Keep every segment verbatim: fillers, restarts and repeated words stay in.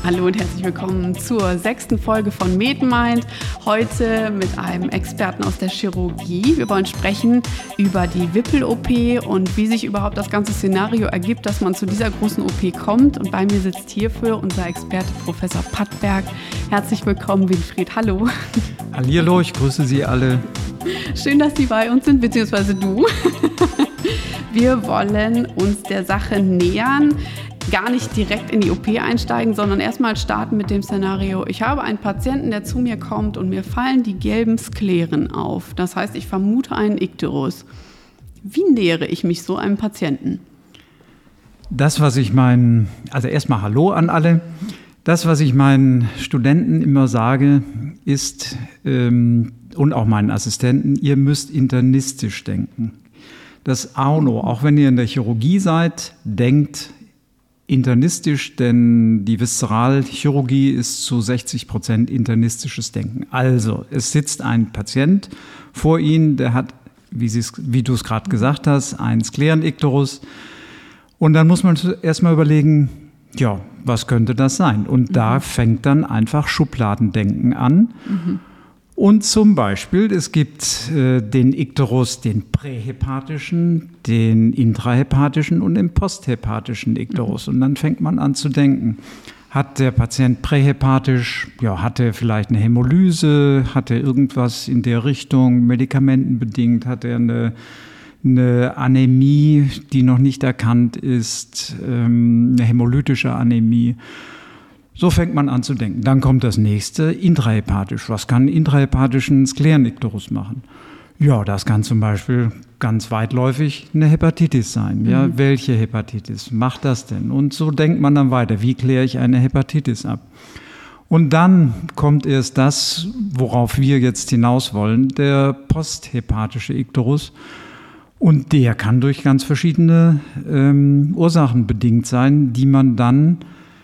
Hallo und herzlich willkommen zur sechsten Folge von MedMind. Heute mit einem Experten aus der Chirurgie. Wir wollen sprechen über die Wippel-O P und wie sich überhaupt das ganze Szenario ergibt, dass man zu dieser großen O P kommt. Und bei mir sitzt hierfür unser Experte Professor Pattberg. Herzlich willkommen, Winfried. Hallo. Hallihallo, ich grüße Sie alle. Schön, dass Sie bei uns sind, beziehungsweise du. Wir wollen uns der Sache nähern. Gar nicht direkt in die O P einsteigen, sondern erstmal starten mit dem Szenario, ich habe einen Patienten, der zu mir kommt und mir fallen die gelben Skleren auf. Das heißt, ich vermute einen Ikterus. Wie nähere ich mich so einem Patienten? Das, was ich meinen, also erstmal Hallo an alle. Das, was ich meinen Studenten immer sage, ist, ähm, und auch meinen Assistenten, ihr müsst internistisch denken. Das A und O, auch wenn ihr in der Chirurgie seid, denkt internistisch, denn die Viszeralchirurgie ist zu sechzig Prozent internistisches Denken. Also, es sitzt ein Patient vor Ihnen, der hat, wie, wie du es gerade gesagt hast, einen Sklerenikterus. Und dann muss man erstmal überlegen, ja, was könnte das sein? Und mhm. da fängt dann einfach Schubladendenken an. Mhm. Und zum Beispiel, es gibt äh, den Ikterus, den prähepatischen, den intrahepatischen und den posthepatischen Ikterus. Und dann fängt man an zu denken, hat der Patient prähepatisch, ja, hat er vielleicht eine Hämolyse, hat er irgendwas in der Richtung, medikamentenbedingt, hat er eine, eine Anämie, die noch nicht erkannt ist, ähm, eine hämolytische Anämie. So fängt man an zu denken. Dann kommt das nächste, intrahepatisch. Was kann intrahepatischen Sklerenikterus machen? Ja, das kann zum Beispiel ganz weitläufig eine Hepatitis sein. Ja, mhm. Welche Hepatitis macht das denn? Und so denkt man dann weiter. Wie kläre ich eine Hepatitis ab? Und dann kommt erst das, worauf wir jetzt hinaus wollen, der posthepatische Ikterus. Und der kann durch ganz verschiedene ähm, Ursachen bedingt sein, die man dann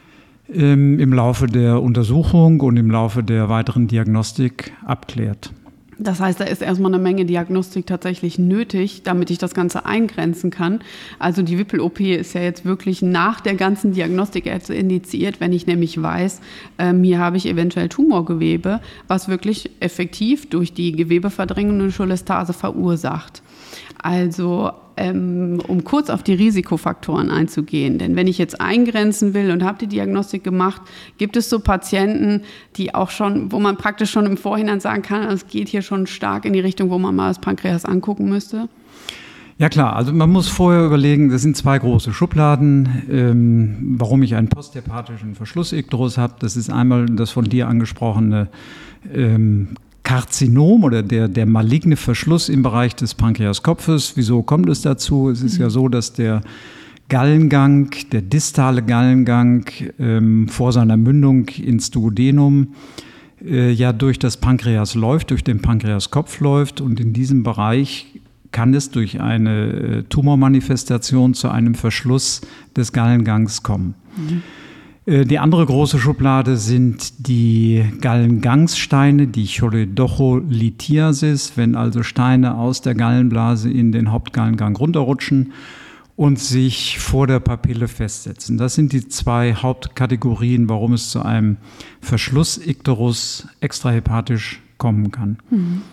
im Laufe der Untersuchung und im Laufe der weiteren Diagnostik abklärt. Das heißt, da ist erstmal eine Menge Diagnostik tatsächlich nötig, damit ich das Ganze eingrenzen kann. Also die Wippel-O P ist ja jetzt wirklich nach der ganzen Diagnostik erst indiziert, wenn ich nämlich weiß, ähm, hier habe ich eventuell Tumorgewebe, was wirklich effektiv durch die gewebeverdrängende Cholestase verursacht. Also ähm, um kurz auf die Risikofaktoren einzugehen, denn wenn ich jetzt eingrenzen will und habe die Diagnostik gemacht, gibt es so Patienten, die auch schon, wo man praktisch schon im Vorhinein sagen kann, es geht hier schon stark in die Richtung, wo man mal das Pankreas angucken müsste? Ja klar, also man muss vorher überlegen, das sind zwei große Schubladen, ähm, warum ich einen posthepatischen Verschlussikterus habe. Das ist einmal das von dir angesprochene ähm, Karzinom oder der, der maligne Verschluss im Bereich des Pankreaskopfes. Wieso kommt es dazu? Es ist ja so, dass der Gallengang, der distale Gallengang ähm, vor seiner Mündung ins Duodenum äh, ja durch das Pankreas läuft, durch den Pankreaskopf läuft, und in diesem Bereich kann es durch eine äh, Tumormanifestation zu einem Verschluss des Gallengangs kommen. Mhm. Die andere große Schublade sind die Gallengangssteine, die Choledocholithiasis, wenn also Steine aus der Gallenblase in den Hauptgallengang runterrutschen und sich vor der Papille festsetzen. Das sind die zwei Hauptkategorien, warum es zu einem Verschlussikterus extrahepatisch kommen kann. Mhm.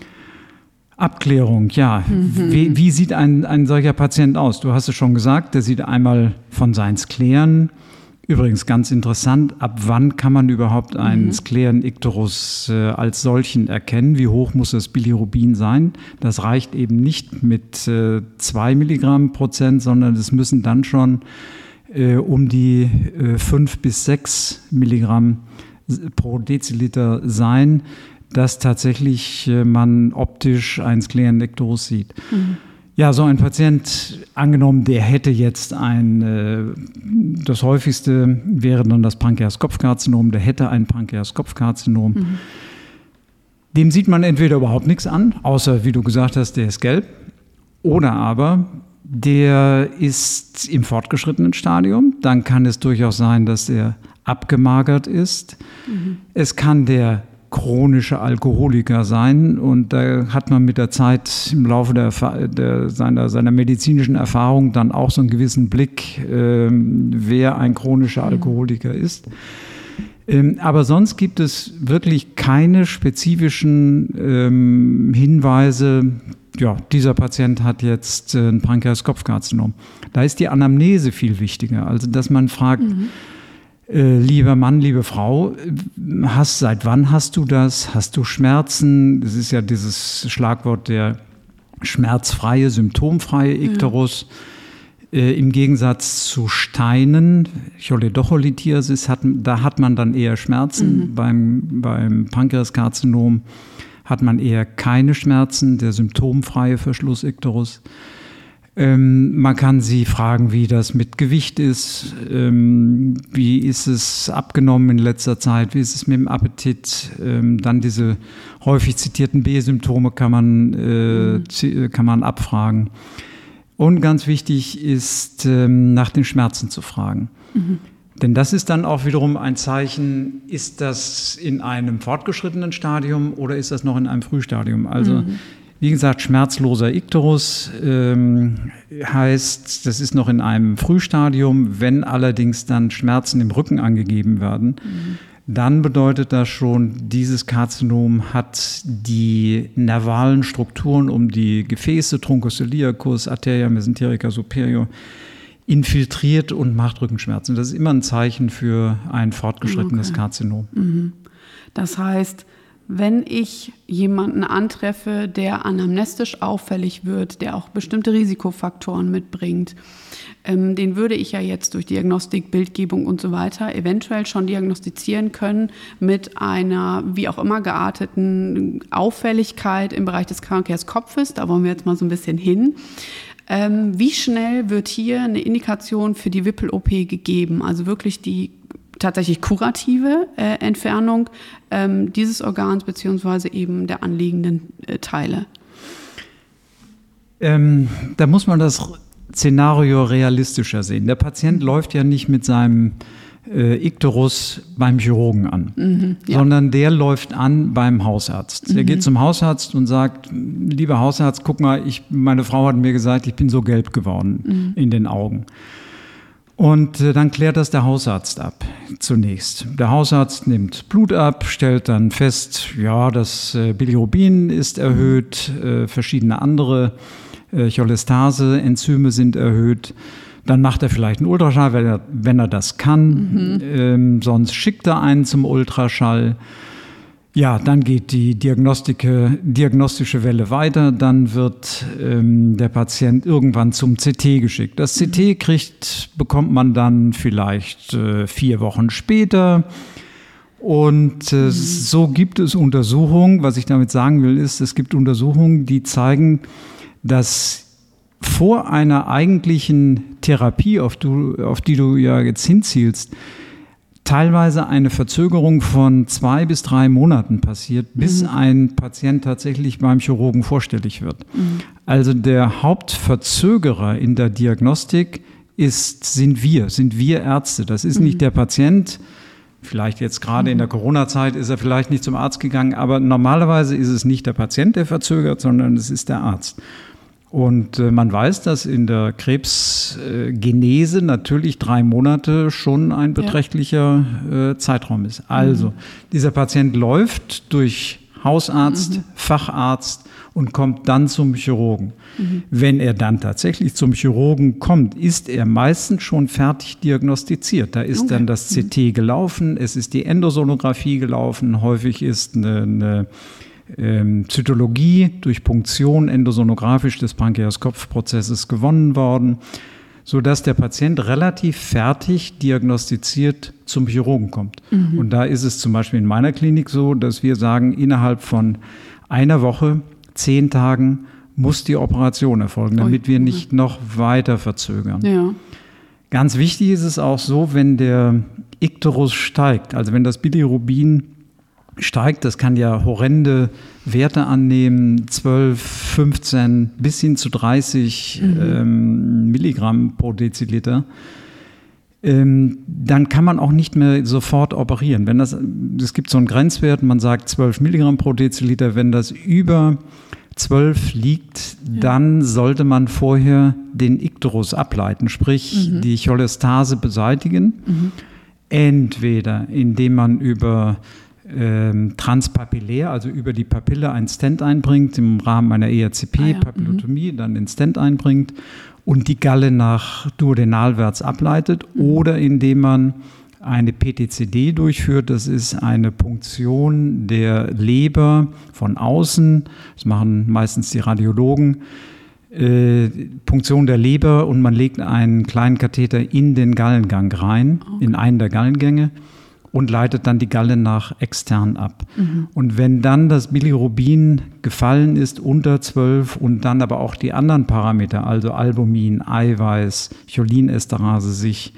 Abklärung, ja. Mhm. Wie, wie sieht ein, ein solcher Patient aus? Du hast es schon gesagt, der sieht einmal von seinen Skleren. Übrigens ganz interessant, ab wann kann man überhaupt einen mhm. Sklerenikterus äh, als solchen erkennen? Wie hoch muss das Bilirubin sein? Das reicht eben nicht mit äh, zwei Milligramm Prozent, sondern es müssen dann schon äh, um die äh, fünf bis sechs Milligramm pro Deziliter sein, dass tatsächlich äh, man optisch einen Sklerenikterus sieht. Mhm. Ja, so ein Patient, angenommen, der hätte jetzt ein, äh, das häufigste wäre dann das Pankreaskopfkarzinom, der hätte ein Pankreaskopfkarzinom. Mhm. Dem sieht man entweder überhaupt nichts an, außer, wie du gesagt hast, der ist gelb, oder aber der ist im fortgeschrittenen Stadium. Dann kann es durchaus sein, dass er abgemagert ist. Mhm. Es kann der chronische Alkoholiker sein, und da hat man mit der Zeit im Laufe der, der, seiner, seiner medizinischen Erfahrung dann auch so einen gewissen Blick, äh, wer ein chronischer Alkoholiker ist. Ähm, aber sonst gibt es wirklich keine spezifischen ähm, Hinweise, ja, dieser Patient hat jetzt äh, ein Pankreas-Kopfkarzinom. Da ist die Anamnese viel wichtiger. Also, dass man fragt, mhm. äh, lieber Mann, liebe Frau, hast, seit wann hast du das? Hast du Schmerzen? Das ist ja dieses Schlagwort der schmerzfreie, symptomfreie Ikterus. Ja. Äh, Im Gegensatz zu Steinen, Choledocholithiasis, hat, da hat man dann eher Schmerzen. Mhm. Beim, beim Pankreaskarzinom hat man eher keine Schmerzen, der symptomfreie Verschlussikterus. Ähm, man kann sie fragen, wie das mit Gewicht ist, ähm, wie ist es abgenommen in letzter Zeit, wie ist es mit dem Appetit. Ähm, dann diese häufig zitierten B-Symptome kann man, äh, mhm. kann man abfragen. Und ganz wichtig ist, ähm, nach den Schmerzen zu fragen. Mhm. Denn das ist dann auch wiederum ein Zeichen, ist das in einem fortgeschrittenen Stadium oder ist das noch in einem Frühstadium? Also, mhm. wie gesagt, schmerzloser Ikterus ähm, heißt, das ist noch in einem Frühstadium. Wenn allerdings dann Schmerzen im Rücken angegeben werden, mhm. dann bedeutet das schon, dieses Karzinom hat die nervalen Strukturen um die Gefäße, Truncus iliacus, Arteria mesenterica superior, infiltriert und macht Rückenschmerzen. Das ist immer ein Zeichen für ein fortgeschrittenes okay. Karzinom. Mhm. Das heißt, wenn ich jemanden antreffe, der anamnestisch auffällig wird, der auch bestimmte Risikofaktoren mitbringt, ähm, den würde ich ja jetzt durch Diagnostik, Bildgebung und so weiter eventuell schon diagnostizieren können mit einer wie auch immer gearteten Auffälligkeit im Bereich des Pankreaskopfes. Da wollen wir jetzt mal so ein bisschen hin. Ähm, wie schnell wird hier eine Indikation für die Wippel-O P gegeben? Also wirklich die tatsächlich kurative äh, Entfernung ähm, dieses Organs beziehungsweise eben der anliegenden äh, Teile? Ähm, da muss man das Szenario realistischer sehen. Der Patient mhm. läuft ja nicht mit seinem äh, Ikterus beim Chirurgen an, mhm, ja. sondern der läuft an beim Hausarzt. Mhm. Der geht zum Hausarzt und sagt, lieber Hausarzt, guck mal, ich, meine Frau hat mir gesagt, ich bin so gelb geworden mhm. in den Augen. Und äh, dann klärt das der Hausarzt ab, zunächst. Der Hausarzt nimmt Blut ab, stellt dann fest, ja, das äh, Bilirubin ist erhöht, äh, verschiedene andere äh, Cholestase-Enzyme sind erhöht. Dann macht er vielleicht einen Ultraschall, wenn er, wenn er das kann. Mhm. Ähm, sonst schickt er einen zum Ultraschall. Ja, dann geht die Diagnostike, diagnostische Welle weiter. Dann wird ähm, der Patient irgendwann zum C T geschickt. Das C T kriegt, bekommt man dann vielleicht äh, vier Wochen später. Und äh, mhm. so gibt es Untersuchungen. Was ich damit sagen will, ist, es gibt Untersuchungen, die zeigen, dass vor einer eigentlichen Therapie, auf, du, auf die du ja jetzt hinzielst, teilweise eine Verzögerung von zwei bis drei Monaten passiert, bis mhm. ein Patient tatsächlich beim Chirurgen vorstellig wird. Mhm. Also der Hauptverzögerer in der Diagnostik ist, sind wir, sind wir Ärzte. Das ist mhm. nicht der Patient. Vielleicht jetzt gerade mhm. in der Corona-Zeit ist er vielleicht nicht zum Arzt gegangen, aber normalerweise ist es nicht der Patient, der verzögert, sondern es ist der Arzt. Und äh, man weiß, dass in der Krebsgenese äh, natürlich drei Monate schon ein beträchtlicher ja. äh, Zeitraum ist. Also, mhm. dieser Patient läuft durch Hausarzt, mhm. Facharzt und kommt dann zum Chirurgen. Mhm. Wenn er dann tatsächlich zum Chirurgen kommt, ist er meistens schon fertig diagnostiziert. Da ist okay. dann das C T gelaufen, es ist die Endosonographie gelaufen, häufig ist eine, eine Ähm, Zytologie durch Punktion endosonografisch des Pankreaskopfprozesses gewonnen worden, sodass der Patient relativ fertig diagnostiziert zum Chirurgen kommt. Mhm. Und da ist es zum Beispiel in meiner Klinik so, dass wir sagen, innerhalb von einer Woche, zehn Tagen muss die Operation erfolgen, damit wir nicht noch weiter verzögern. Ja. Ganz wichtig ist es auch so, wenn der Ikterus steigt, also wenn das Bilirubin steigt, das kann ja horrende Werte annehmen, zwölf, fünfzehn bis hin zu dreißig mhm. ähm, Milligramm pro Deziliter, ähm, dann kann man auch nicht mehr sofort operieren. Wenn das, es gibt so einen Grenzwert, man sagt zwölf Milligramm pro Deziliter, wenn das über zwölf liegt, ja. dann sollte man vorher den Ikterus ableiten, sprich mhm. die Cholestase beseitigen. Mhm. Entweder indem man über ähm, transpapillär, also über die Papille ein Stent einbringt, im Rahmen einer E R C P, ah, ja. Papillotomie, mhm. dann den Stent einbringt und die Galle nach duodenalwärts ableitet, mhm. oder indem man eine P T C D durchführt. Das ist eine Punktion der Leber von außen. Das machen meistens die Radiologen. Äh, Punktion der Leber und man legt einen kleinen Katheter in den Gallengang rein, okay. in einen der Gallengänge und leitet dann die Galle nach extern ab. Mhm. Und wenn dann das Bilirubin gefallen ist unter zwölf und dann aber auch die anderen Parameter, also Albumin, Eiweiß, Cholinesterase sich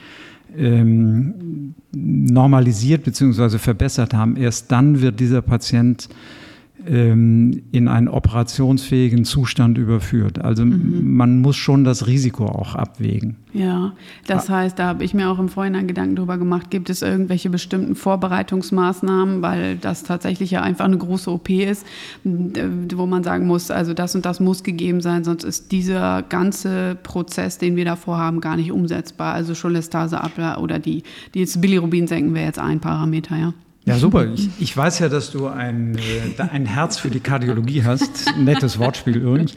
ähm, normalisiert bzw. verbessert haben, erst dann wird dieser Patient ähm, in einen operationsfähigen Zustand überführt. Also mhm. man muss schon das Risiko auch abwägen. Ja, das heißt, da habe ich mir auch im Vorhinein Gedanken drüber gemacht, gibt es irgendwelche bestimmten Vorbereitungsmaßnahmen, weil das tatsächlich ja einfach eine große O P ist, wo man sagen muss, also das und das muss gegeben sein, sonst ist dieser ganze Prozess, den wir da vorhaben, gar nicht umsetzbar. Also Cholestase ab oder die, die jetzt Bilirubin senken wäre jetzt ein Parameter, ja. Ja, super. Ich, ich weiß ja, dass du ein, äh, ein Herz für die Kardiologie hast. Nettes Wortspiel übrigens.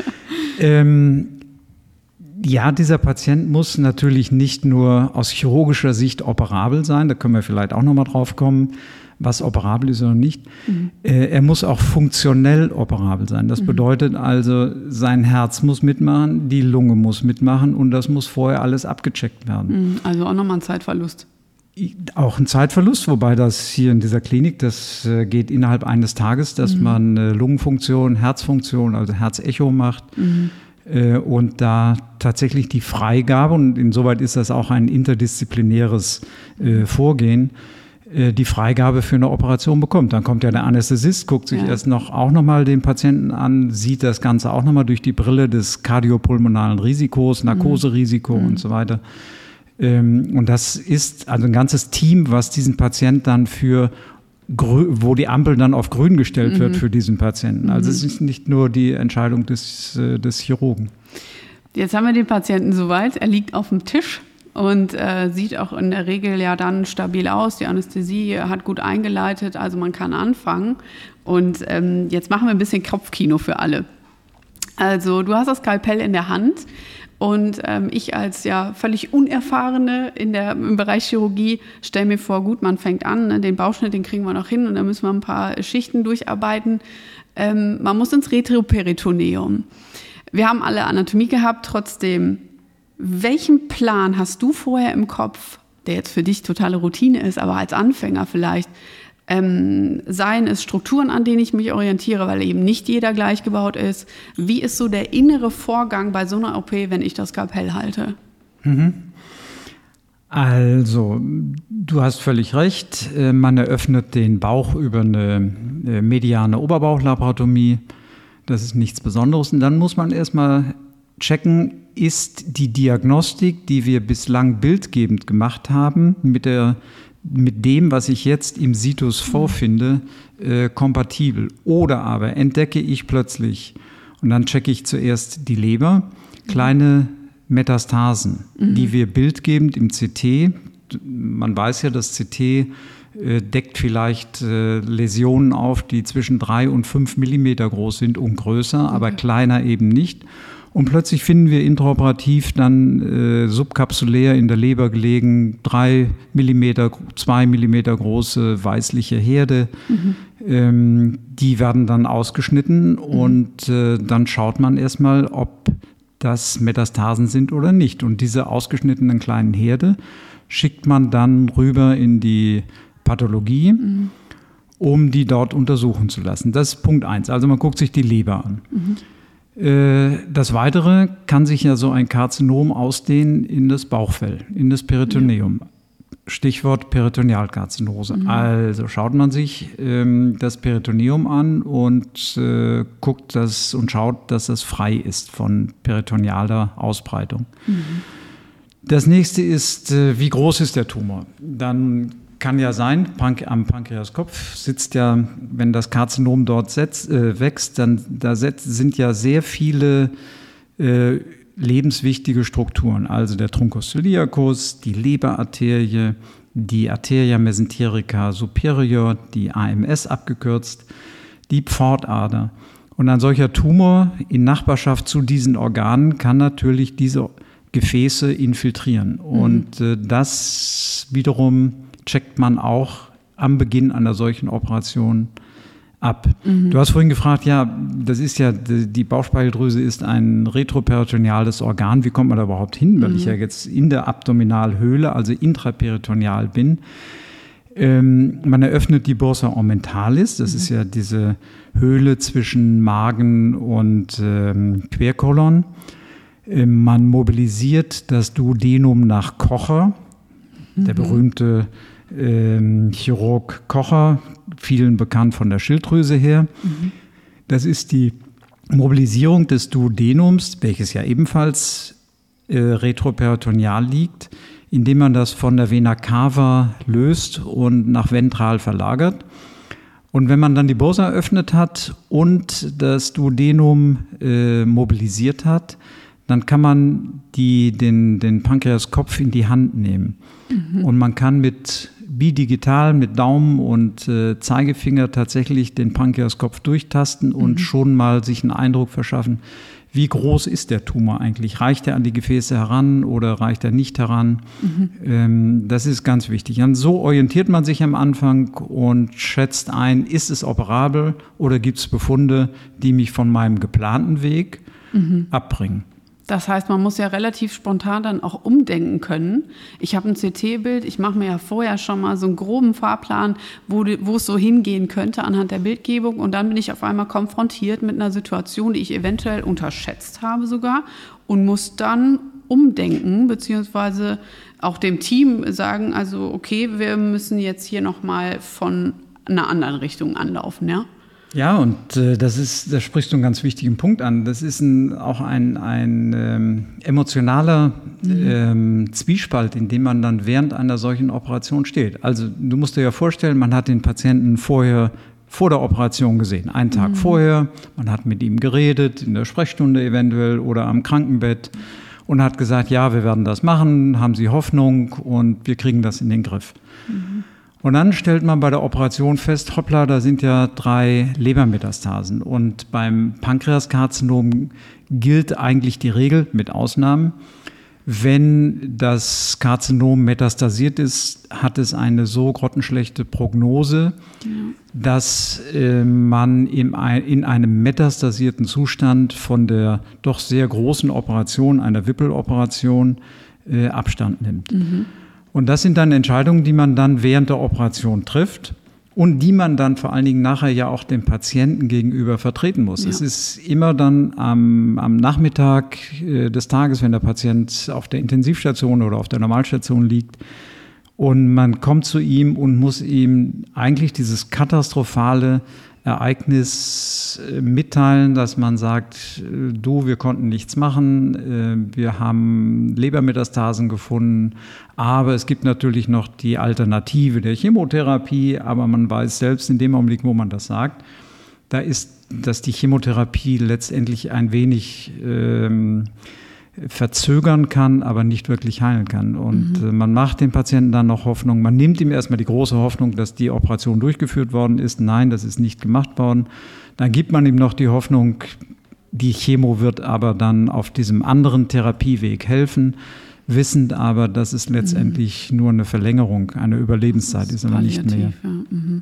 Ähm, ja, dieser Patient muss natürlich nicht nur aus chirurgischer Sicht operabel sein, da können wir vielleicht auch nochmal drauf kommen, was operabel ist oder nicht. Mhm. Äh, er muss auch funktionell operabel sein. Das mhm. bedeutet also, sein Herz muss mitmachen, die Lunge muss mitmachen und das muss vorher alles abgecheckt werden. Also auch nochmal ein Zeitverlust. Auch ein Zeitverlust, wobei das hier in dieser Klinik, das äh, geht innerhalb eines Tages, dass mhm. man äh, Lungenfunktion, Herzfunktion, also Herzecho macht mhm. äh, und da tatsächlich die Freigabe, und insoweit ist das auch ein interdisziplinäres äh, Vorgehen, äh, die Freigabe für eine Operation bekommt. Dann kommt ja der Anästhesist, guckt sich ja. erst noch auch nochmal den Patienten an, sieht das Ganze auch nochmal durch die Brille des kardiopulmonalen Risikos, Narkoserisiko mhm. und so weiter. Und das ist also ein ganzes Team, was diesen Patient dann für, wo die Ampel dann auf grün gestellt mhm. wird für diesen Patienten. Also es ist nicht nur die Entscheidung des, des Chirurgen. Jetzt haben wir den Patienten soweit, er liegt auf dem Tisch und äh, sieht auch in der Regel ja dann stabil aus. Die Anästhesie hat gut eingeleitet, also man kann anfangen. Und ähm, jetzt machen wir ein bisschen Kopfkino für alle. Also du hast das Skalpell in der Hand. Und ähm, ich als ja völlig Unerfahrene in der, im Bereich Chirurgie stelle mir vor, gut, man fängt an, ne, den Bauchschnitt, den kriegen wir noch hin und dann müssen wir ein paar Schichten durcharbeiten. Ähm, man muss ins Retroperitoneum. Wir haben alle Anatomie gehabt, trotzdem, welchen Plan hast du vorher im Kopf, der jetzt für dich totale Routine ist, aber als Anfänger vielleicht, Ähm, seien es Strukturen, an denen ich mich orientiere, weil eben nicht jeder gleich gebaut ist. Wie ist so der innere Vorgang bei so einer O P, wenn ich das Skalpell halte? Mhm. Also, du hast völlig recht. Man eröffnet den Bauch über eine mediane Oberbauchlaparotomie. Das ist nichts Besonderes. Und dann muss man erstmal checken, ist die Diagnostik, die wir bislang bildgebend gemacht haben, mit der mit dem, was ich jetzt im Situs vorfinde, äh, kompatibel. Oder aber entdecke ich plötzlich, und dann checke ich zuerst die Leber, kleine Metastasen, mhm. die wir bildgebend im C T, man weiß ja, das C T äh, deckt vielleicht äh, Läsionen auf, die zwischen drei und fünf Millimeter groß sind und größer, okay. aber kleiner eben nicht. Und plötzlich finden wir intraoperativ dann äh, subkapsulär in der Leber gelegen drei Millimeter, zwei Millimeter große weißliche Herde. Mhm. Ähm, die werden dann ausgeschnitten mhm. und äh, dann schaut man erstmal, ob das Metastasen sind oder nicht. Und diese ausgeschnittenen kleinen Herde schickt man dann rüber in die Pathologie, mhm. um die dort untersuchen zu lassen. Das ist Punkt eins. Also man guckt sich die Leber an. Mhm. Das Weitere kann sich ja so ein Karzinom ausdehnen in das Bauchfell, in das Peritoneum. Ja. Stichwort Peritonealkarzinose. Mhm. Also schaut man sich ähm, das Peritoneum an und äh, guckt das und schaut, dass das frei ist von peritonealer Ausbreitung. Mhm. Das nächste ist, äh, wie groß ist der Tumor? Dann kann ja sein, Pank- am Pankreaskopf sitzt ja, wenn das Karzinom dort setzt, äh, wächst, dann da setzt, sind ja sehr viele äh, lebenswichtige Strukturen, also der Truncus celiacus, die Leberarterie, die Arteria mesenterica superior, die A M S abgekürzt, die Pfortader. Und ein solcher Tumor in Nachbarschaft zu diesen Organen kann natürlich diese Gefäße infiltrieren. Mhm. Und äh, das wiederum checkt man auch am Beginn einer solchen Operation ab. Mhm. Du hast vorhin gefragt, ja, das ist ja, die Bauchspeicheldrüse ist ein retroperitoneales Organ. Wie kommt man da überhaupt hin, weil mhm. ich ja jetzt in der Abdominalhöhle, also intraperitoneal bin? Ähm, man eröffnet die Bursa ommentalis, das mhm. ist ja diese Höhle zwischen Magen und ähm, Querkolon. Ähm, man mobilisiert das Duodenum nach Kocher, mhm. der berühmte ähm, Chirurg Kocher, vielen bekannt von der Schilddrüse her. Mhm. Das ist die Mobilisierung des Duodenums, welches ja ebenfalls äh, retroperitoneal liegt, indem man das von der Vena cava löst und nach ventral verlagert. Und wenn man dann die Bursa eröffnet hat und das Duodenum äh, mobilisiert hat, dann kann man die, den, den Pankreaskopf in die Hand nehmen. Mhm. Und man kann mit bidigital, mit Daumen und äh, Zeigefinger tatsächlich den Pankreaskopf durchtasten und mhm. schon mal sich einen Eindruck verschaffen, wie groß ist der Tumor eigentlich? Reicht er an die Gefäße heran oder reicht er nicht heran? Mhm. Ähm, das ist ganz wichtig. Und so orientiert man sich am Anfang und schätzt ein, ist es operabel oder gibt es Befunde, die mich von meinem geplanten Weg mhm. abbringen? Das heißt, man muss ja relativ spontan dann auch umdenken können. Ich habe ein C T-Bild, ich mache mir ja vorher schon mal so einen groben Fahrplan, wo, wo es so hingehen könnte anhand der Bildgebung. Und dann bin ich auf einmal konfrontiert mit einer Situation, die ich eventuell unterschätzt habe sogar und muss dann umdenken, beziehungsweise auch dem Team sagen, also okay, wir müssen jetzt hier nochmal von einer anderen Richtung anlaufen, ja? Ja, und äh, das ist, da sprichst du einen ganz wichtigen Punkt an. Das ist ein, auch ein, ein ähm, emotionaler mhm. ähm, Zwiespalt, in dem man dann während einer solchen Operation steht. Also du musst dir ja vorstellen, man hat den Patienten vorher vor der Operation gesehen, einen Tag mhm. vorher. Man hat mit ihm geredet, in der Sprechstunde eventuell oder am Krankenbett und hat gesagt, ja, wir werden das machen, haben Sie Hoffnung und wir kriegen das in den Griff. Mhm. Und dann stellt man bei der Operation fest, hoppla, da sind ja drei Lebermetastasen. Und beim Pankreaskarzinom gilt eigentlich die Regel, mit Ausnahmen, wenn das Karzinom metastasiert ist, hat es eine so grottenschlechte Prognose, ja. dass äh, man im, in einem metastasierten Zustand von der doch sehr großen Operation, einer Wippeloperation, äh, Abstand nimmt. Mhm. Und das sind dann Entscheidungen, die man dann während der Operation trifft und die man dann vor allen Dingen nachher ja auch dem Patienten gegenüber vertreten muss. Ja. Es ist immer dann am, am Nachmittag äh, des Tages, wenn der Patient auf der Intensivstation oder auf der Normalstation liegt und man kommt zu ihm und muss ihm eigentlich dieses katastrophale Ereignis mitteilen, dass man sagt, du, wir konnten nichts machen, wir haben Lebermetastasen gefunden, aber es gibt natürlich noch die Alternative der Chemotherapie, aber man weiß selbst in dem Augenblick, wo man das sagt, da ist, dass die Chemotherapie letztendlich ein wenig ähm, verzögern kann, aber nicht wirklich heilen kann. Und mhm. man macht dem Patienten dann noch Hoffnung. Man nimmt ihm erstmal die große Hoffnung, dass die Operation durchgeführt worden ist. Nein, das ist nicht gemacht worden. Dann gibt man ihm noch die Hoffnung, die Chemo wird aber dann auf diesem anderen Therapieweg helfen, wissend aber, dass es letztendlich mhm. nur eine Verlängerung, eine Überlebenszeit ist, aber nicht mehr. Ja. Mhm.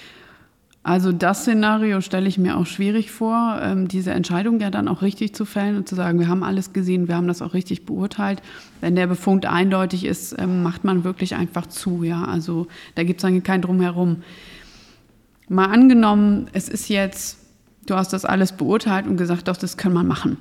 Also das Szenario stelle ich mir auch schwierig vor, ähm, diese Entscheidung ja dann auch richtig zu fällen und zu sagen, wir haben alles gesehen, wir haben das auch richtig beurteilt. Wenn der Befund eindeutig ist, ähm, macht man wirklich einfach zu. Ja? Also da gibt es dann kein Drumherum. Mal angenommen, es ist jetzt, du hast das alles beurteilt und gesagt, doch, das kann man machen.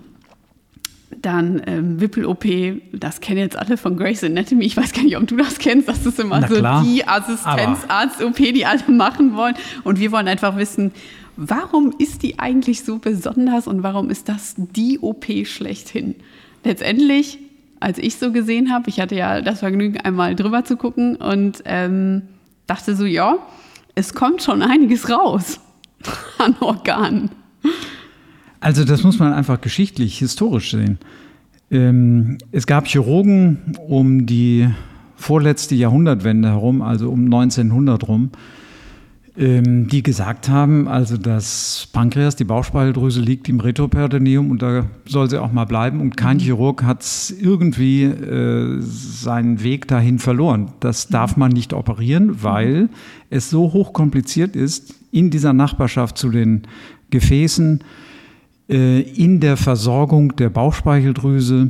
Dann ähm, Wippel-O P, das kennen jetzt alle von Grey's Anatomy. Ich weiß gar nicht, ob du das kennst. Das ist immer Na so klar, die Assistenzarzt-O P, die alle machen wollen. Und wir wollen einfach wissen, warum ist die eigentlich so besonders und warum ist das die O P schlechthin? Letztendlich, als ich so gesehen habe, ich hatte ja das Vergnügen, einmal drüber zu gucken und ähm, dachte so, ja, es kommt schon einiges raus an Organen. Also das muss man einfach geschichtlich, historisch sehen. Ähm, es gab Chirurgen um die vorletzte Jahrhundertwende herum, also um neunzehnhundert rum, ähm, die gesagt haben, also das Pankreas, die Bauchspeicheldrüse liegt im Retroperitoneum und da soll sie auch mal bleiben. Und kein Chirurg hat irgendwie äh, seinen Weg dahin verloren. Das darf man nicht operieren, weil es so hochkompliziert ist, in dieser Nachbarschaft zu den Gefäßen, äh, in der Versorgung der Bauchspeicheldrüse,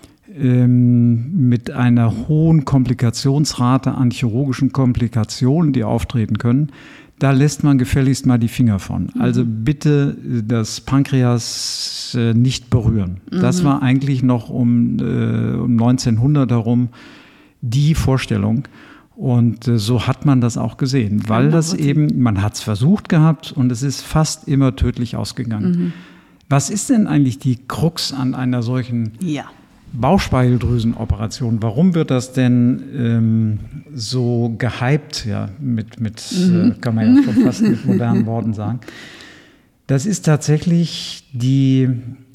mit einer hohen Komplikationsrate an chirurgischen Komplikationen, die auftreten können, da lässt man gefälligst mal die Finger von. Mhm. Also bitte das Pankreas äh, nicht berühren. Mhm. Das war eigentlich noch um, äh, um neunzehnhundert herum die Vorstellung. Und äh, so hat man das auch gesehen, weil das eben, man hat es versucht gehabt und es ist fast immer tödlich ausgegangen. Mhm. Was ist denn eigentlich die Krux an einer solchen ja. Bauchspeicheldrüsenoperation? Warum wird das denn ähm, so gehypt? Ja, mit, mit mhm. äh, kann man ja schon fast mit modernen Worten sagen. Das ist tatsächlich die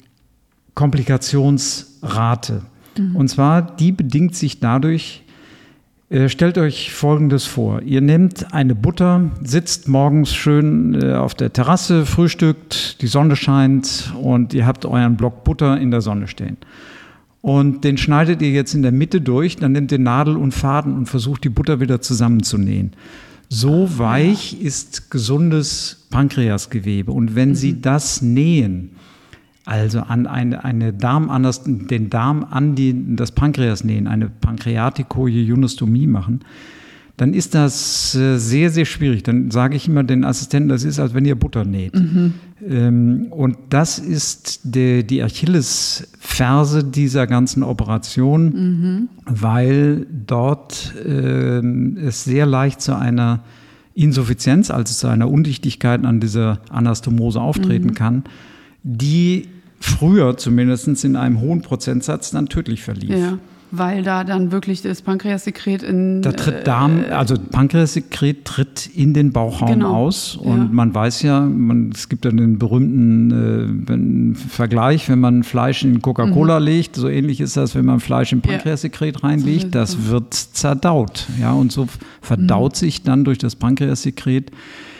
Komplikationsrate. Mhm. Und zwar, die bedingt sich dadurch, äh, stellt euch Folgendes vor. Ihr nehmt eine Butter, sitzt morgens schön äh, auf der Terrasse, frühstückt, die Sonne scheint und ihr habt euren Block Butter in der Sonne stehen. Und den schneidet ihr jetzt in der Mitte durch, dann nehmt ihr Nadel und Faden und versucht die Butter wieder zusammenzunähen. So weich ist gesundes Pankreasgewebe. Und wenn mhm. Sie das nähen, also an eine, eine Darmanas, den Darm an die, das Pankreas nähen, eine Pankreatikojejunostomie machen, dann ist das sehr, sehr schwierig. Dann sage ich immer den Assistenten, das ist, als wenn ihr Butter näht. Mhm. Ähm, und das ist die, die Achillesferse dieser ganzen Operation, mhm. weil dort äh, es sehr leicht zu einer Insuffizienz, also zu einer Undichtigkeit an dieser Anastomose auftreten mhm. kann, die früher zumindest in einem hohen Prozentsatz dann tödlich verlief. Ja. Weil da dann wirklich das Pankreassekret in... Da tritt Darm, also Pankreassekret tritt in den Bauchraum genau. aus. Und ja. man weiß ja, man, es gibt ja den berühmten äh, wenn, Vergleich, wenn man Fleisch in Coca-Cola mhm. legt, so ähnlich ist das, wenn man Fleisch in Pankreassekret ja. reinlegt, das wird zerdaut. Ja, und so verdaut mhm. sich dann durch das Pankreassekret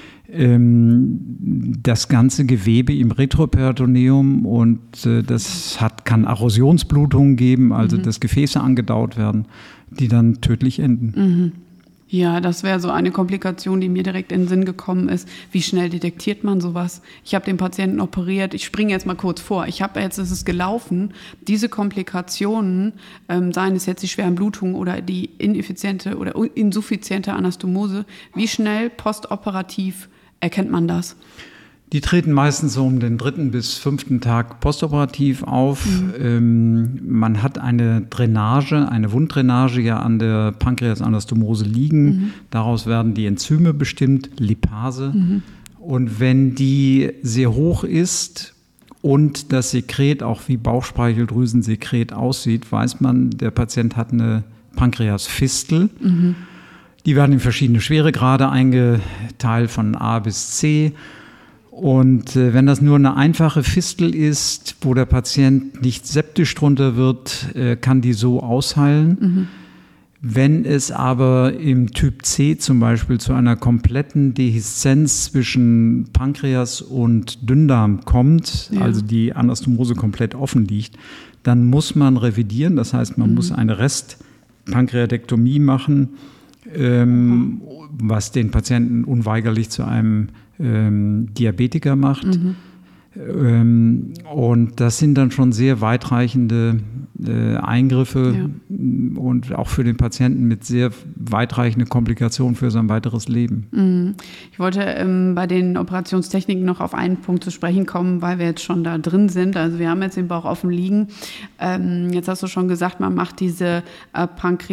das ganze Gewebe im Retroperitoneum und äh, das hat, kann Erosionsblutungen geben, also mhm. dass Gefäße angedaut werden, die dann tödlich enden. Mhm. Ja, das wäre so eine Komplikation, die mir direkt in den Sinn gekommen ist. Wie schnell detektiert man sowas? Ich habe den Patienten operiert, ich springe jetzt mal kurz vor. Ich habe jetzt, es ist gelaufen, diese Komplikationen, ähm, seien es jetzt die schweren Blutungen oder die ineffiziente oder insuffiziente Anastomose, wie schnell postoperativ erkennt man das? Die treten meistens so um den dritten bis fünften Tag postoperativ auf. Mhm. Ähm, man hat eine Drainage, eine Wunddrainage ja an der Pankreasanastomose liegen. Mhm. Daraus werden die Enzyme bestimmt, Lipase. Mhm. Und wenn die sehr hoch ist und das Sekret auch wie Bauchspeicheldrüsensekret aussieht, weiß man, der Patient hat eine Pankreasfistel. Mhm. Die werden in verschiedene Schweregrade eingeteilt, von A bis C. Und äh, wenn das nur eine einfache Fistel ist, wo der Patient nicht septisch drunter wird, äh, kann die so ausheilen. Mhm. Wenn es aber im Typ C zum Beispiel zu einer kompletten Dehiszenz zwischen Pankreas und Dünndarm kommt, ja. also die Anastomose komplett offen liegt, dann muss man revidieren. Das heißt, man mhm. muss eine Restpankreatektomie machen, Ähm, was den Patienten unweigerlich zu einem ähm, Diabetiker macht. Mhm. Ähm, und das sind dann schon sehr weitreichende äh, Eingriffe ja. und auch für den Patienten mit sehr weitreichenden Komplikationen für sein weiteres Leben. Mhm. Ich wollte ähm, bei den Operationstechniken noch auf einen Punkt zu sprechen kommen, weil wir jetzt schon da drin sind. Also wir haben jetzt den Bauch offen liegen. Ähm, jetzt hast du schon gesagt, man macht diese äh,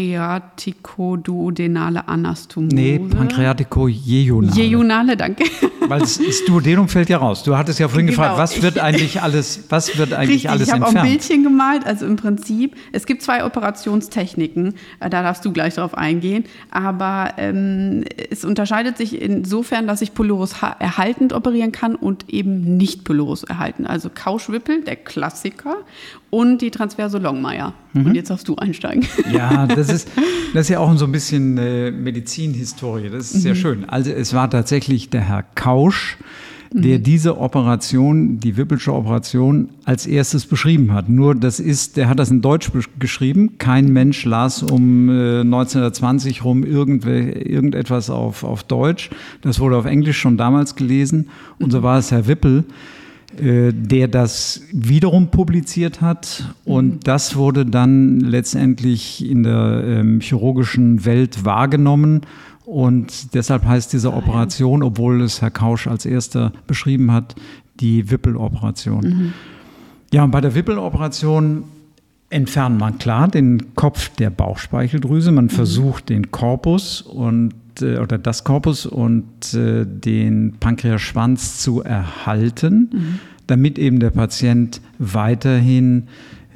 pankreatikoduodenale Anastomose. Nee, pankreatikojejonale. Jejonale, danke. Weil das Duodenum fällt ja raus. Du hattest ja vorhin genau. gefragt, was wird eigentlich alles, was wird eigentlich Richtig, alles ich entfernt? Ich habe auch ein Bildchen gemalt. Also im Prinzip, es gibt zwei Operationstechniken. Operationstechniken, äh, da darfst du gleich drauf eingehen, aber ähm, es unterscheidet sich insofern, dass ich Pylorus erhaltend operieren kann und eben nicht Pylorus erhalten. Also Kausch-Wippel, der Klassiker, und die Transverso Longmeier. Mhm. Und jetzt darfst du einsteigen. Ja, das ist, das ist ja auch so ein bisschen äh, Medizinhistorie. Das ist mhm. sehr schön. Also es war tatsächlich der Herr Kausch, der diese Operation, die Wippelsche Operation, als erstes beschrieben hat. Nur das ist, der hat das in Deutsch geschrieben. Kein Mensch las um äh, neunzehnhundertzwanzig rum irgendetwas auf, auf Deutsch. Das wurde auf Englisch schon damals gelesen. Und so war es Herr Wippel, äh, der das wiederum publiziert hat. Und das wurde dann letztendlich in der ähm, chirurgischen Welt wahrgenommen. Und deshalb heißt diese Operation, obwohl es Herr Kausch als erster beschrieben hat, die Wippel-Operation. Mhm. Ja, und bei der Wippel-Operation entfernt man klar den Kopf der Bauchspeicheldrüse. Man mhm. versucht den Korpus und, äh, oder das Korpus und äh, den Pankreasschwanz zu erhalten, mhm. damit eben der Patient weiterhin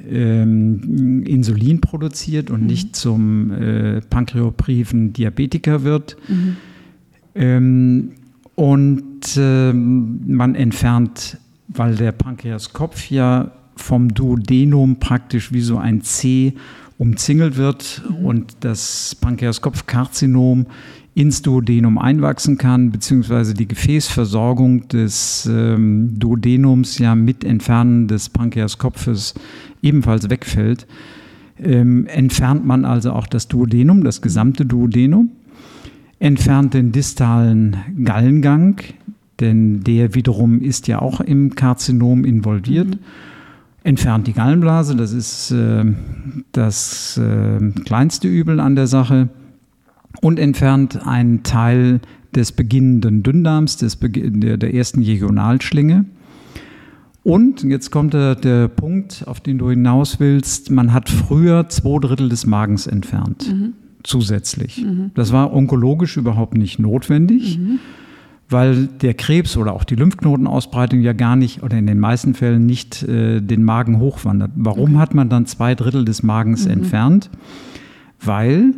Ähm, Insulin produziert und mhm. nicht zum äh, pankreopriven Diabetiker wird. Mhm. Ähm, und äh, man entfernt, weil der Pankreaskopf ja vom Duodenum praktisch wie so ein C umzingelt wird mhm. und das Pankreaskopfkarzinom ins Duodenum einwachsen kann, beziehungsweise die Gefäßversorgung des ähm, Duodenums ja mit Entfernen des Pankreaskopfes ebenfalls wegfällt, ähm, entfernt man also auch das Duodenum, das gesamte Duodenum, entfernt den distalen Gallengang, denn der wiederum ist ja auch im Karzinom involviert, mhm. entfernt die Gallenblase, das ist äh, das äh, kleinste Übel an der Sache, und entfernt einen Teil des beginnenden Dünndarms, des Be- der, der ersten Jejunalschlinge. Und jetzt kommt der, der Punkt, auf den du hinaus willst, man hat früher zwei Drittel des Magens entfernt, mhm. zusätzlich. Mhm. Das war onkologisch überhaupt nicht notwendig, mhm. weil der Krebs oder auch die Lymphknotenausbreitung ja gar nicht, oder in den meisten Fällen nicht äh, den Magen hochwandert. Warum mhm. hat man dann zwei Drittel des Magens mhm. entfernt? Weil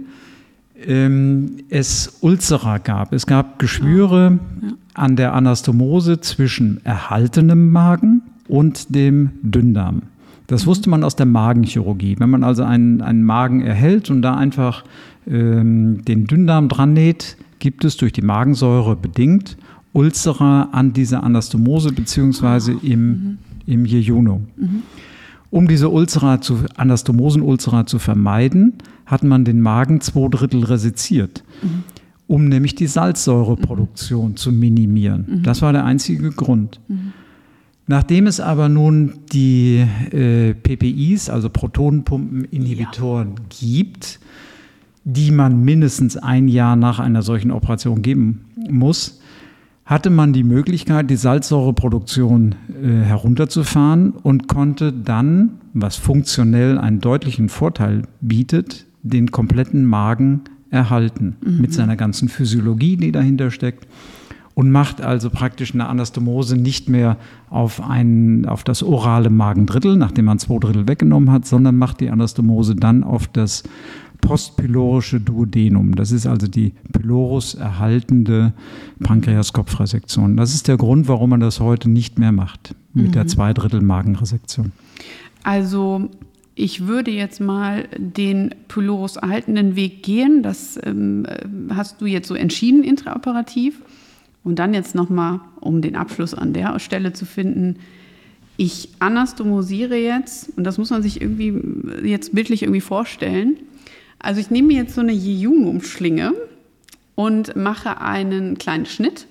es Ulcera gab. Es gab Geschwüre ja. Ja. an der Anastomose zwischen erhaltenem Magen und dem Dünndarm. Das mhm. wusste man aus der Magenchirurgie. Wenn man also einen, einen Magen erhält und da einfach ähm, den Dünndarm dran näht, gibt es durch die Magensäure bedingt Ulcera an dieser Anastomose beziehungsweise oh. im, mhm. im Jejunum. Mhm. Um diese Ulcera zu, Anastomosen-Ulcera zu vermeiden, hat man den Magen zwei Drittel resiziert, mhm. um nämlich die Salzsäureproduktion mhm. zu minimieren. Mhm. Das war der einzige Grund. Mhm. Nachdem es aber nun die äh, P P Is, also Protonenpumpeninhibitoren, ja. gibt, die man mindestens ein Jahr nach einer solchen Operation geben muss, hatte man die Möglichkeit, die Salzsäureproduktion äh, herunterzufahren und konnte dann, was funktionell einen deutlichen Vorteil bietet, den kompletten Magen erhalten, mhm. mit seiner ganzen Physiologie, die dahinter steckt, und macht also praktisch eine Anastomose nicht mehr auf, ein, auf das orale Magendrittel, nachdem man zwei Drittel weggenommen hat, sondern macht die Anastomose dann auf das postpylorische Duodenum. Das ist also die Pylorus erhaltende Pankreaskopfresektion. Das ist der Grund, warum man das heute nicht mehr macht, mit mhm. der Zweidrittel-Magenresektion. Also ich würde jetzt mal den Pylorus erhaltenden Weg gehen. Das ähm, hast du jetzt so entschieden intraoperativ. Und dann jetzt nochmal, um den Abschluss an der Stelle zu finden, ich anastomosiere jetzt, und das muss man sich irgendwie jetzt bildlich irgendwie vorstellen. Also ich nehme jetzt so eine Jejunumschlinge und mache einen kleinen Schnitt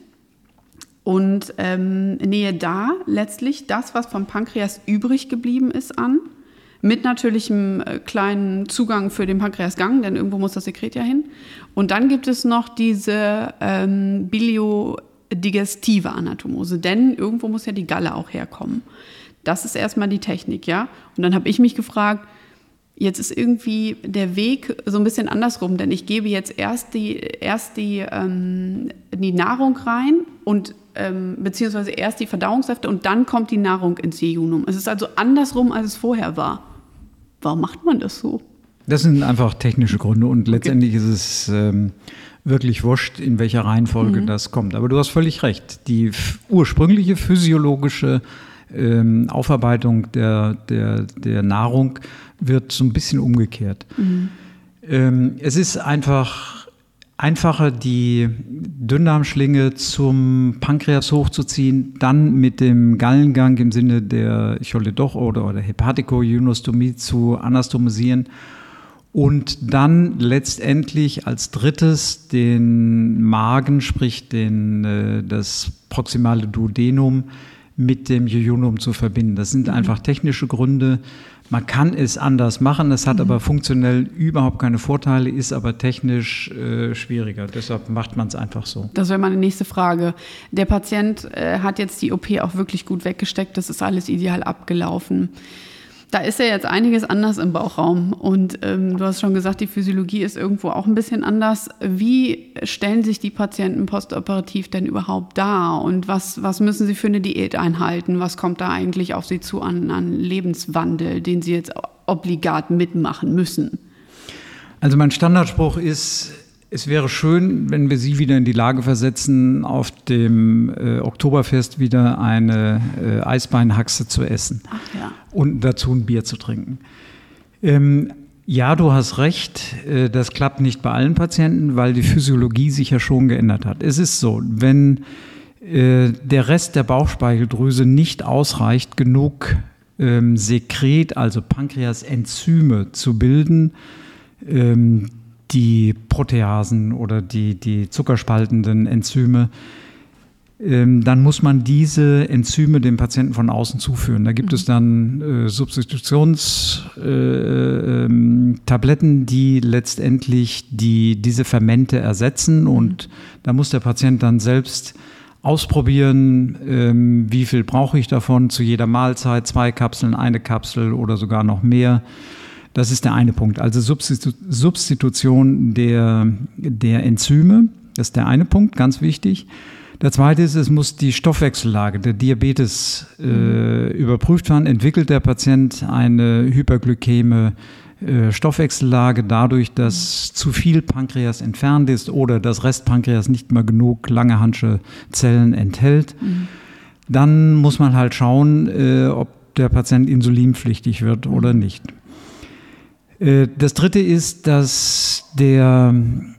und ähm, nähe da letztlich das, was vom Pankreas übrig geblieben ist, an, mit natürlich einem äh, kleinen Zugang für den Pankreasgang, denn irgendwo muss das Sekret ja hin. Und dann gibt es noch diese ähm, biliodigestive Anatomose, denn irgendwo muss ja die Galle auch herkommen. Das ist erstmal die Technik, ja. Und dann habe ich mich gefragt, jetzt ist irgendwie der Weg so ein bisschen andersrum, denn ich gebe jetzt erst die, erst die, ähm, die Nahrung rein und ähm, beziehungsweise erst die Verdauungssäfte und dann kommt die Nahrung ins Jejunum. Es ist also andersrum, als es vorher war. Warum macht man das so? Das sind einfach technische Gründe und letztendlich okay. ist es ähm, wirklich wurscht, in welcher Reihenfolge mhm. das kommt. Aber du hast völlig recht. Die f- ursprüngliche physiologische ähm, Aufarbeitung der, der, der Nahrung wird so ein bisschen umgekehrt. Mhm. Ähm, es ist einfach einfacher, die Dünndarmschlinge zum Pankreas hochzuziehen, dann mit dem Gallengang im Sinne der Choledoch- oder, oder Hepatikoinostomie zu anastomisieren und dann letztendlich als drittes den Magen, sprich den, äh, das proximale Duodenum mit dem Jejunum zu verbinden. Das sind einfach technische Gründe. Man kann es anders machen, es hat mhm. aber funktionell überhaupt keine Vorteile, ist aber technisch äh, schwieriger. Deshalb macht man es einfach so. Das wäre meine nächste Frage. Der Patient äh, hat jetzt die O P auch wirklich gut weggesteckt, das ist alles ideal abgelaufen. Da ist ja jetzt einiges anders im Bauchraum und ähm, du hast schon gesagt, die Physiologie ist irgendwo auch ein bisschen anders. Wie stellen sich die Patienten postoperativ denn überhaupt dar und was, was müssen sie für eine Diät einhalten? Was kommt da eigentlich auf sie zu an, an Lebenswandel, den sie jetzt obligat mitmachen müssen? Also mein Standardspruch ist, es wäre schön, wenn wir Sie wieder in die Lage versetzen, auf dem äh, Oktoberfest wieder eine äh, Eisbeinhaxe zu essen. Ach ja. Und dazu ein Bier zu trinken. Ähm, ja, du hast recht, äh, das klappt nicht bei allen Patienten, weil die Physiologie sich ja schon geändert hat. Es ist so, wenn äh, der Rest der Bauchspeicheldrüse nicht ausreicht, genug ähm, Sekret, also Pankreasenzyme zu bilden, ähm, die Proteasen oder die, die zuckerspaltenden Enzyme, ähm, dann muss man diese Enzyme dem Patienten von außen zuführen. Da gibt mhm. es dann äh, Substitutionstabletten, äh, äh, die letztendlich die, diese Fermente ersetzen. Und mhm. da muss der Patient dann selbst ausprobieren, ähm, wie viel brauche ich davon zu jeder Mahlzeit, zwei Kapseln, eine Kapsel oder sogar noch mehr. Das ist der eine Punkt, also Substitu- Substitution der, der Enzyme, das ist der eine Punkt, ganz wichtig. Der zweite ist, es muss die Stoffwechsellage, der Diabetes äh, überprüft werden. Entwickelt der Patient eine hyperglykäme äh, Stoffwechsellage dadurch, dass zu viel Pankreas entfernt ist oder das Restpankreas nicht mehr genug Langerhansche Zellen enthält, mhm. dann muss man halt schauen, äh, ob der Patient insulinpflichtig wird mhm. oder nicht. Das dritte ist, dass der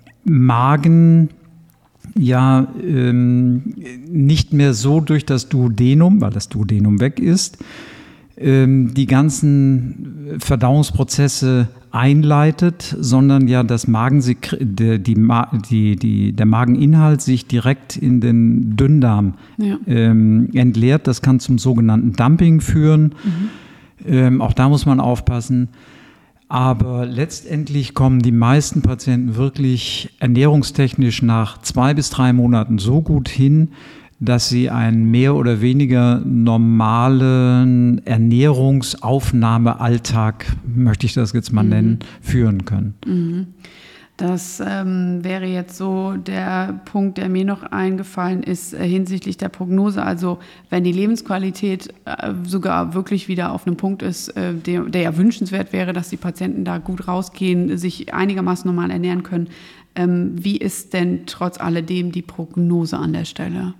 Magen ja ähm, nicht mehr so durch das Duodenum, weil das Duodenum weg ist, ähm, die ganzen Verdauungsprozesse einleitet, sondern ja das Magensekret, der, die, die, die, der Mageninhalt sich direkt in den Dünndarm ja. ähm, entleert. Das kann zum sogenannten Dumping führen. Mhm. Ähm, auch da muss man aufpassen. Aber letztendlich kommen die meisten Patienten wirklich ernährungstechnisch nach zwei bis drei Monaten so gut hin, dass sie einen mehr oder weniger normalen Ernährungsaufnahmealltag, möchte ich das jetzt mal mhm. nennen, führen können. Mhm. Das ähm, wäre jetzt so der Punkt, der mir noch eingefallen ist äh, hinsichtlich der Prognose. Also wenn die Lebensqualität äh, sogar wirklich wieder auf einem Punkt ist, äh, der, der ja wünschenswert wäre, dass die Patienten da gut rausgehen, sich einigermaßen normal ernähren können. Ähm, wie ist denn trotz alledem die Prognose an der Stelle?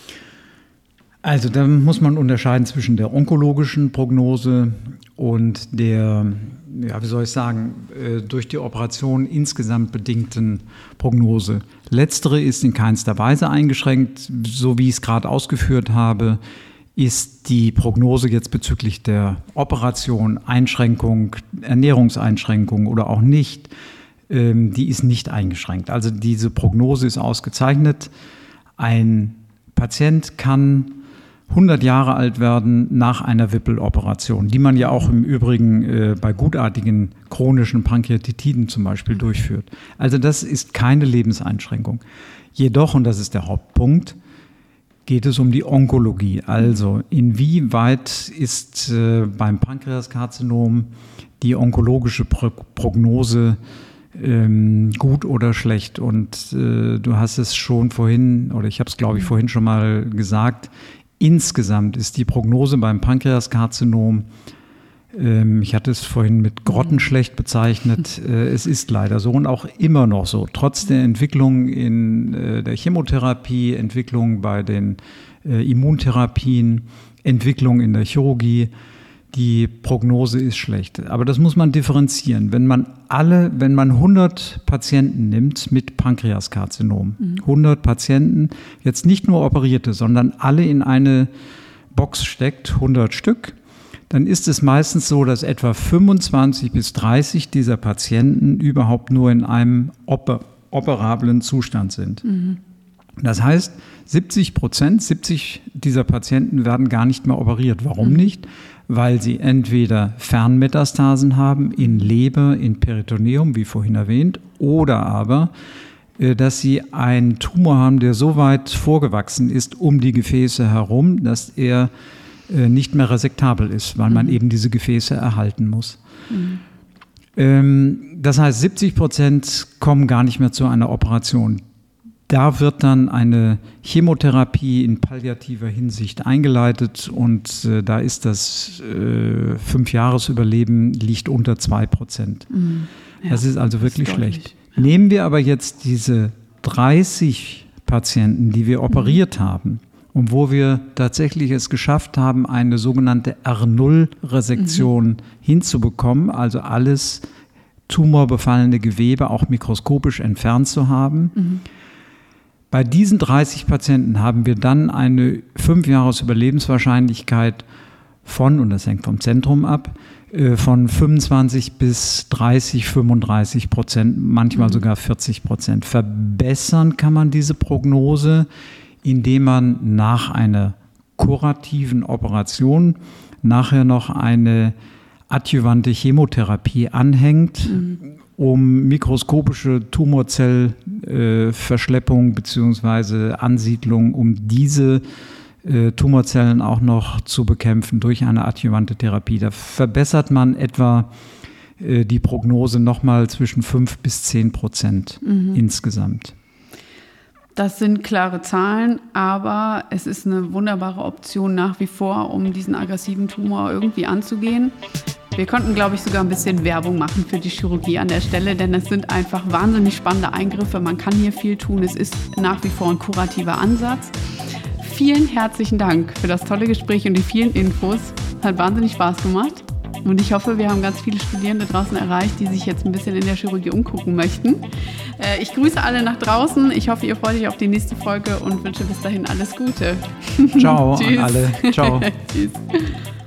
Also da muss man unterscheiden zwischen der onkologischen Prognose und der, ja, wie soll ich sagen, durch die Operation insgesamt bedingten Prognose. Letztere ist in keinster Weise eingeschränkt. So wie ich es gerade ausgeführt habe, ist die Prognose jetzt bezüglich der Operation, Einschränkung, Ernährungseinschränkung oder auch nicht, die ist nicht eingeschränkt. Also diese Prognose ist ausgezeichnet. Ein Patient kann hundert Jahre alt werden nach einer Wippeloperation, die man ja auch im Übrigen äh, bei gutartigen chronischen Pankreatitiden zum Beispiel durchführt. Also das ist keine Lebenseinschränkung. Jedoch, und das ist der Hauptpunkt, geht es um die Onkologie. Also inwieweit ist äh, beim Pankreaskarzinom die onkologische Pro- Prognose ähm, gut oder schlecht? Und äh, du hast es schon vorhin, oder ich habe es glaube ich vorhin schon mal gesagt, insgesamt ist die Prognose beim Pankreaskarzinom Ähm, ich hatte es vorhin mit grottenschlecht bezeichnet. Äh, es ist leider so und auch immer noch so. Trotz der Entwicklung in äh, der Chemotherapie, Entwicklung bei den äh, Immuntherapien, Entwicklung in der Chirurgie, die Prognose ist schlecht. Aber das muss man differenzieren. Wenn man alle, wenn man hundert Patienten nimmt mit Pankreaskarzinom, mhm. hundert Patienten, jetzt nicht nur Operierte, sondern alle in eine Box steckt, hundert Stück, dann ist es meistens so, dass etwa fünfundzwanzig bis dreißig dieser Patienten überhaupt nur in einem oper- operablen Zustand sind. Mhm. Das heißt, siebzig Prozent, siebzig dieser Patienten werden gar nicht mehr operiert. Warum nicht? Weil sie entweder Fernmetastasen haben in Leber, in Peritoneum, wie vorhin erwähnt, oder aber, dass sie einen Tumor haben, der so weit vorgewachsen ist um die Gefäße herum, dass er nicht mehr resektabel ist, weil man mhm. eben diese Gefäße erhalten muss. Mhm. Das heißt, siebzig Prozent kommen gar nicht mehr zu einer Operation. Da wird dann eine Chemotherapie in palliativer Hinsicht eingeleitet und äh, da ist das äh, Fünfjahresüberleben liegt unter zwei Prozent. Mhm. Ja, das ist also wirklich ist schlecht. Ja. Nehmen wir aber jetzt diese dreißig Patienten, die wir operiert mhm. haben und wo wir tatsächlich es geschafft haben, eine sogenannte R null Resektion mhm. hinzubekommen, also alles tumorbefallene Gewebe auch mikroskopisch entfernt zu haben. Mhm. Bei diesen dreißig Patienten haben wir dann eine Fünf-Jahres-Überlebenswahrscheinlichkeit von, und das hängt vom Zentrum ab, von fünfundzwanzig bis dreißig, fünfunddreißig Prozent, manchmal mhm. sogar vierzig Prozent. Verbessern kann man diese Prognose, indem man nach einer kurativen Operation nachher noch eine adjuvante Chemotherapie anhängt, mhm. um mikroskopische Tumorzellverschleppung äh, bzw. Ansiedlung, um diese äh, Tumorzellen auch noch zu bekämpfen durch eine adjuvante Therapie. Da verbessert man etwa äh, die Prognose nochmal zwischen fünf bis zehn Prozent mhm. insgesamt. Das sind klare Zahlen, aber es ist eine wunderbare Option nach wie vor, um diesen aggressiven Tumor irgendwie anzugehen. Wir konnten, glaube ich, sogar ein bisschen Werbung machen für die Chirurgie an der Stelle, denn es sind einfach wahnsinnig spannende Eingriffe. Man kann hier viel tun. Es ist nach wie vor ein kurativer Ansatz. Vielen herzlichen Dank für das tolle Gespräch und die vielen Infos. Hat wahnsinnig Spaß gemacht. Und ich hoffe, wir haben ganz viele Studierende draußen erreicht, die sich jetzt ein bisschen in der Chirurgie umgucken möchten. Ich grüße alle nach draußen. Ich hoffe, ihr freut euch auf die nächste Folge und wünsche bis dahin alles Gute. Ciao an alle. Ciao. Tschüss.